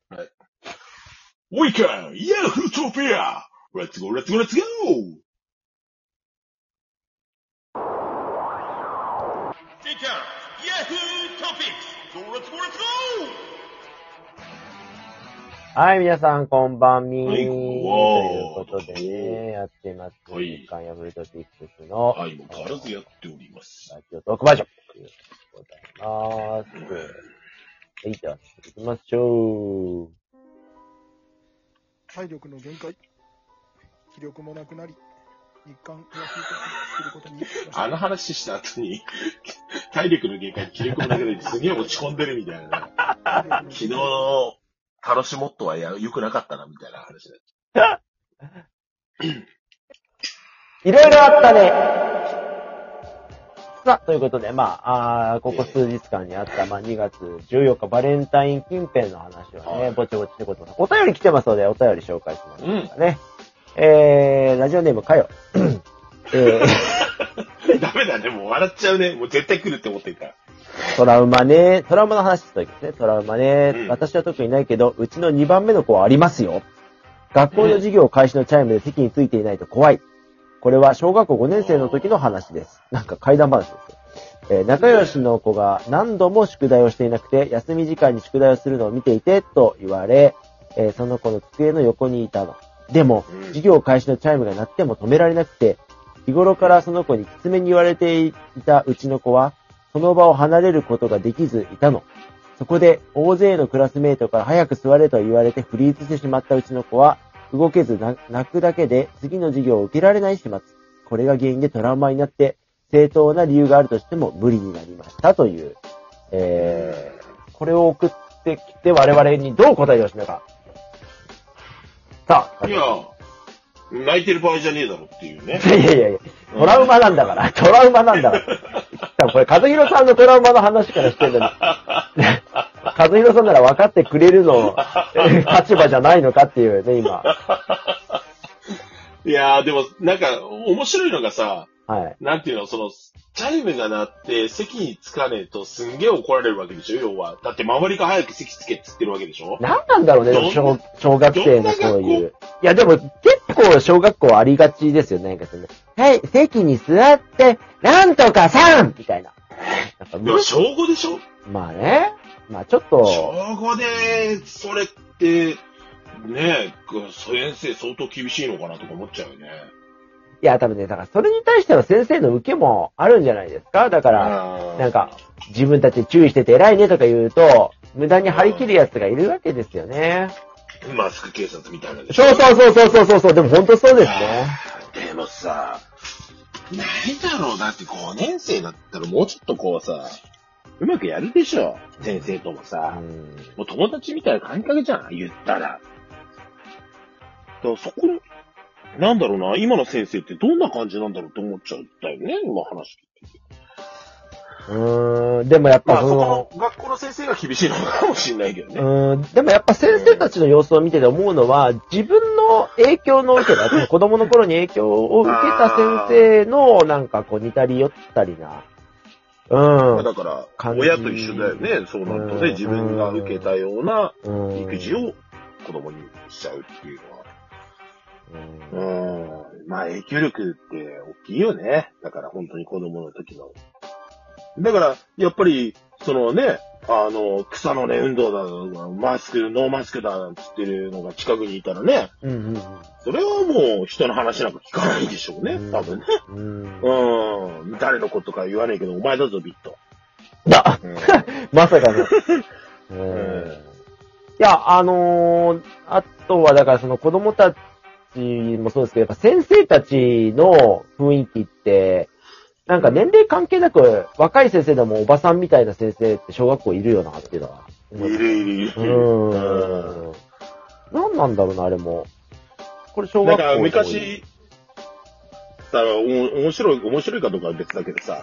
はい。おいかヤフートピアレッツゴーレッツゴーレッツゴーティカヤフートピックスゴーレッツゴーレッツゴーはい、皆さん、こんばんみー。 はい、 ということでね、やってます。 はい。 日刊ヤフートピックスの、 はい、もう変わらずやっております。 ラジオトークバージョンということでございます。はい、では、行きましょう。 体力の限界、気力もなくなり、日韓ヤフートピックスすることにしました。 あの話した後に、体力の限界、気力もなくなり、すげえ落ち込んでるみたいなね。昨日の楽しもっとは良くなかったな、みたいな話だ。 いろいろあったね。さあ、ということで、ここ数日間にあった、2月14日バレンタイン近辺の話をね、ぼちぼちってことで、お便り来てますので、お便り紹介しますからね。ラジオネームかよ。 ダメだね、もう笑っちゃうね。もう絶対来るって思ってるから。 トラウマの話しといてね、トラウマね、私は特にないけど、うちの2番目の子はありますよ。学校の授業開始のチャイムで席についていないと怖い。これは小学校5年生の時の話です。なんか怪談話ですよ。仲良しの子が何度も宿題をしていなくて、休み時間に宿題をするのを見ていて、と言われ、その子の机の横にいたの。でも、授業開始のチャイムが鳴っても止められなくて、日頃からその子にきつめに言われていたうちの子は、その場を離れることができずいたの。そこで、大勢のクラスメイトから早く座れと言われてフリーズしてしまったうちの子は、動けず泣くだけで次の授業を受けられない始末。これが原因でトラウマになって、正当な理由があるとしても無理になりましたという、これを送ってきて我々にどう答えてほしいのか。さあ。 いや、泣いてる場合じゃねえだろっていうね。 いや、トラウマなんだから。トラウマなんだから。多分これ、和弘さんのトラウマの話からしてるのに。和弘さんなら分かってくれるの立場じゃないのかっていうね、今。 いやー、でも、なんか、面白いのがさ、 はい。 なんていうの、その、チャイムが鳴って席に着かねえとすんげえ怒られるわけでしょ、要は。だって周りが早く席着けって言ってるわけでしょ。 何なんだろうね、小学生のそういう。いや、でも結構小学校ありがちですよね。はい、席に座って、なんとかさんみたいな。 でも小5でしょ。 まあね。まあちょっと。 小5で、それって、ねえ、先生相当厳しいのかなとか思っちゃうよね。 いや、多分ね、だからそれに対しては先生の受けもあるんじゃないですか。だから、なんか、自分たち注意してて偉いねとか言うと、無駄に張り切る奴がいるわけですよね。 マスク警察みたいなでしょ。そう。でも本当そうですね。 でもさ、ないだろう。だって5年生だったらもうちょっとこうさ、うまくやるでしょ。先生ともさ。もう友達みたいな感覚じゃん、言ったら。だからそこ、なんだろうな、今の先生ってどんな感じなんだろうって思っちゃったよね、今話聞いて。 でもやっぱそこの学校の先生が厳しいのかもしれないけどね。 でもやっぱ先生たちの様子を見てて思うのは、自分の影響の受けた、子供の頃に影響を受けた先生の、なんかこう似たり寄ったりな。 だから、親と一緒だよね。そうなるとね、自分が受けたような育児を子供にしちゃうっていうのは。まあ影響力って大きいよね。だから本当に子供の時の。だから、やっぱり、そのね、草の根運動だ、ノーマスクだ、つってるのが近くにいたらね。それはもう人の話なんか聞かないでしょうね、多分ね。誰のことか言わねえけど、お前だぞ、ビット。 まさかの。いや、あとはだからその子供たちもそうですけど、やっぱ先生たちの雰囲気って、なんか年齢関係なく、若い先生でもおばさんみたいな先生って小学校いるよなっていうのは。 いる。 何なんだろうな、あれも。これ小学校。 なんか昔、面白いかどうかは別だけどさ、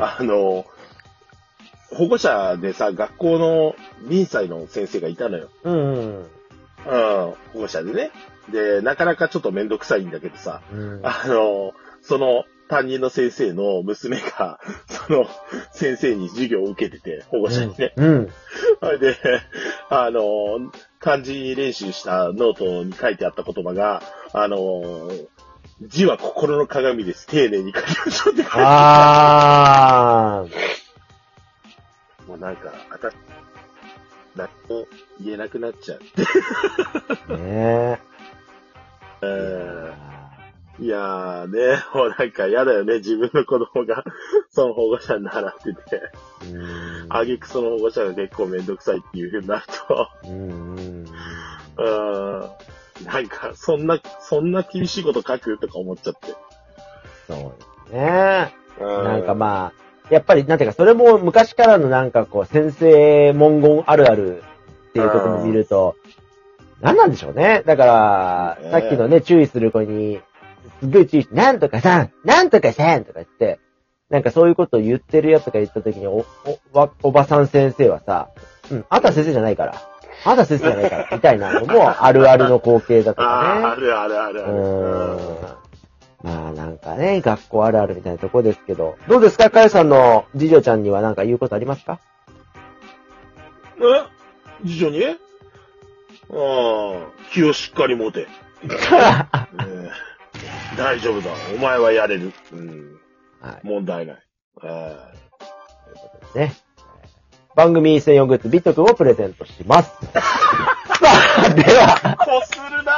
保護者でさ、学校の臨歳の先生がいたのよ。保護者でね。で、なかなかちょっとめんどくさいんだけどさ、その担任の先生の娘が、その先生に授業を受けてて、保護者にね。で、 漢字練習したノートに書いてあった言葉が、字は心の鏡です。丁寧に書きましょうって書いてあある。もうなんか、何も言えなくなっちゃう。 ー。ねいやーね、もうなんか嫌だよね、自分の子供がその保護者に習ってて、あげくその保護者が結構めんどくさいっていう風になると、なんか、そんな厳しいこと書くとか思っちゃって。 そうですね。なんかまあ、やっぱりなんていうか、それも昔からのなんかこう、先生文言あるあるっていうところを見ると、何なんでしょうね。だから、さっきのね、注意する子に、すっごい注意して、なんとかさんとか言って、なんかそういうことを言ってるやつが言った時に、おばさん先生はさ、あんた先生じゃないから、みたいなのもあるあるの光景だとかね。 ある。 まあなんかね、学校あるあるみたいなとこですけど、どうですか、かよさんの次女ちゃんにはなんか言うことありますか？ 次女に気をしっかり持て。大丈夫だ。お前はやれる。はい、問題ない。ということですね。番組専用グッズビットくんをプレゼントします。さあ、では。 こするな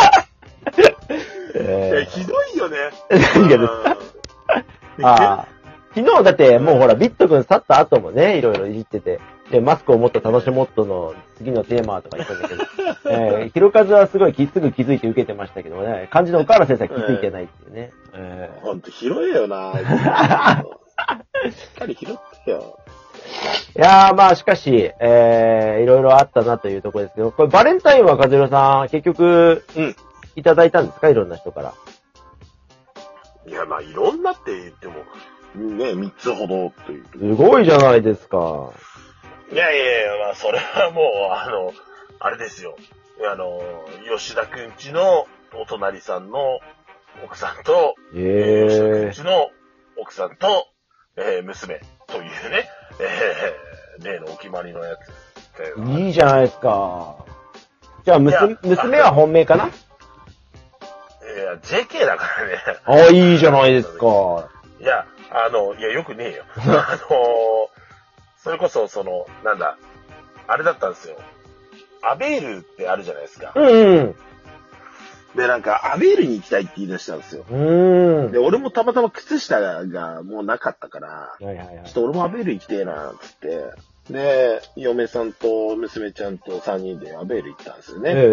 ひどいよね。 何がですか？昨日だってもうほら、ビットくん去った後もね、いろいろいじってて、で、マスクをもっと楽しもっとの次のテーマとか言ったんだけど、ひろかずはすごいすぐ気づいて受けてましたけどね、漢字の岡原先生は気づいてないっていうね。 ほんと拾えよなしっかり拾ってよ。 いやー、まあしかし、いろいろあったなというところですけど、これバレンタインは和弘さん、結局、いただいたんですか？いろんな人から。 いや、まあいろんなって言っても、ね、3つほどという。 すごいじゃないですか。 いや、まあそれはもう、あれですよ。吉田くんちのお隣さんの奥さんと、吉田くんちの奥さんと、娘というね、例のお決まりのやつ。 いいじゃないですか。じゃあ、娘は本命かな？ いや、JK だからね。 いいじゃないですか。 いや、よくねえよ。それこそ、なんだ、あれだったんですよ。アベールってあるじゃないですか。で、なんか、アベールに行きたいって言い出したんですよ。で、俺もたまたま靴下がもうなかったから、ちょっと俺もアベール行きてえな、つって。で、嫁さんと娘ちゃんと3人でアベール行ったんですよね。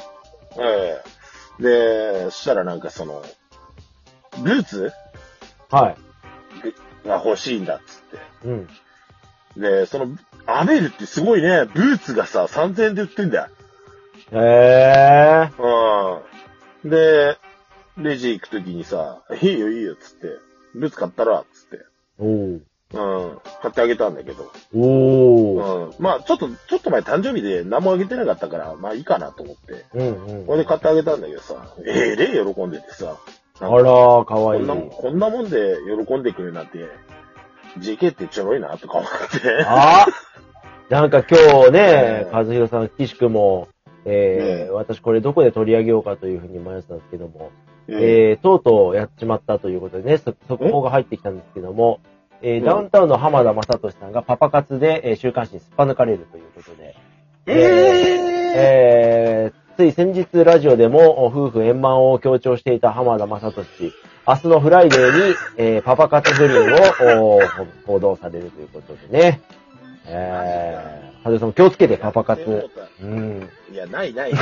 で、そしたらなんかブーツが欲しいんだっつって。で、アベールってすごいね、ブーツがさ、3000円で売ってんだよ。で、レジ行くときにさ、いいよ、つって、ブーツ買ったら、つって。買ってあげたんだけど。まあ、ちょっと前誕生日で何もあげてなかったから、まあいいかなと思って。これで買ってあげたんだけどさ、喜んでてさ。 あら、かわいい。 こんなもんで喜んでくれるなんて、JK ってちょろいな、とか思って。 なんか今日ね、和弘さん、岸くも、私これどこで取り上げようかというふうに迷ってたんですけども、とうとうやっちまったということでね、速報が入ってきたんですけども、ダウンタウンの浜田雅俊さんがパパ活で、週刊誌にすっぱ抜かれるということで、つい先日ラジオでも夫婦円満を強調していた浜田雅俊氏、明日のフライデーに、パパ活不倫を報道されるということでね。はじさんも気をつけて、パパ活。 いや、ない。やっ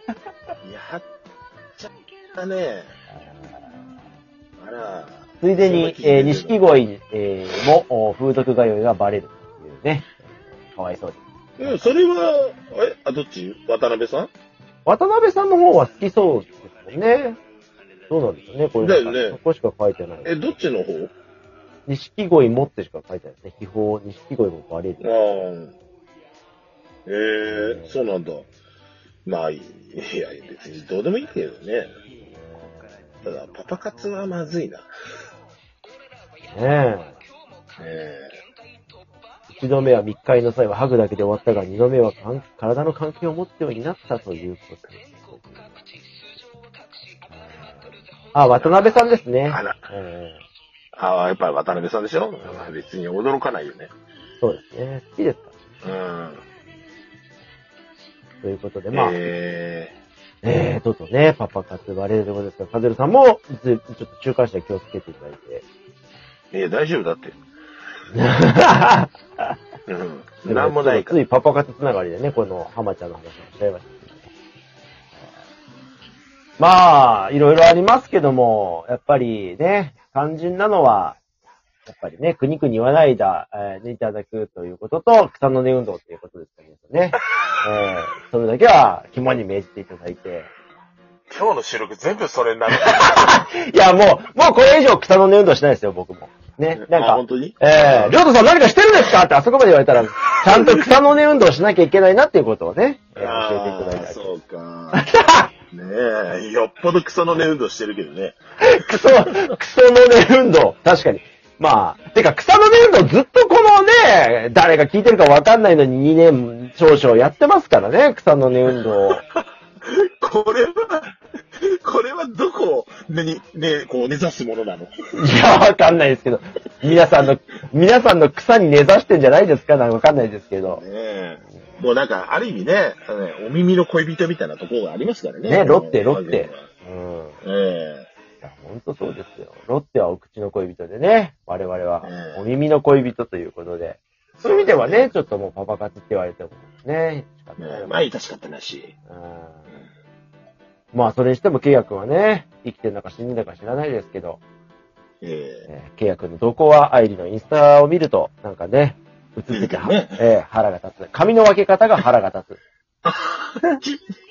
ちゃったね。あら。 ついでに、錦鯉、も、風俗通いがバレるというね。かわいそうです。それは、どっち？渡辺さん？ 渡辺さんの方は好きそうですもんね。どうなんですかね、これ。 だよね。 そこしか書いてない。 どっちの方？ 錦鯉もってしか書いてないですね。秘宝、錦鯉もバレる。 そうなんだ。まあいや、別にどうでもいいけどね。ただ、パパ活はまずいな。 1度目は密会の際はハグだけで終わったが、2度目は体の関係を持つようになったということです。あ、渡辺さんですね。 あら。ああ、やっぱり渡辺さんでしょ？別に驚かないよね。 そうですね。好きですか？ということで、まあ。ちょっとね、パパ活バレるところですが、カズルさんも、ちょっと週刊誌は気をつけていただいて。 いや、大丈夫だって。なんもないから。 ついパパ活つながりでね、この浜ちゃんの話をしちゃいましたけど。まあ、いろいろありますけども、やっぱりね、肝心なのは、やっぱりね、くにくに言わないで、いただくということと、草の根運動ということですからね。それだけは肝に銘じていただいて。 今日の収録全部それになる。 いや、もうこれ以上草の根運動しないですよ、僕も。ね、なんか、 本当に？ りょうとさん何かしてるんですかってあそこまで言われたら、ちゃんと草の根運動しなきゃいけないなっていうことをね、教えていただいて。 そうか。ねえ、よっぽど草の根運動してるけどね。 草の根運動。確かに。まあ、てか草の根運動ずっとこのね、誰が聞いてるかわかんないのに2年少々やってますからね、草の根運動。 これはどこをこう根ざすものなの？ いや、わかんないですけど、皆さんの草に根ざしてんじゃないですか？なんかわかんないですけど。 ねえ。もうなんか、ある意味ね、お耳の恋人みたいなところがありますからね。 ね、ロッテ。いや、ほんとそうですよ。ロッテはお口の恋人でね、我々はお耳の恋人ということで。そういう意味ではね、ちょっともうパパ活って言われてもね、 まあ、致しかったなし。 まあ、それにしても、ケイヤ君はね、生きてるのか死んでるのか知らないですけど、ケイヤ君の動向は、アイリのインスタを見ると、なんかね、映ってて、腹が立つ。髪の分け方が腹が立つ。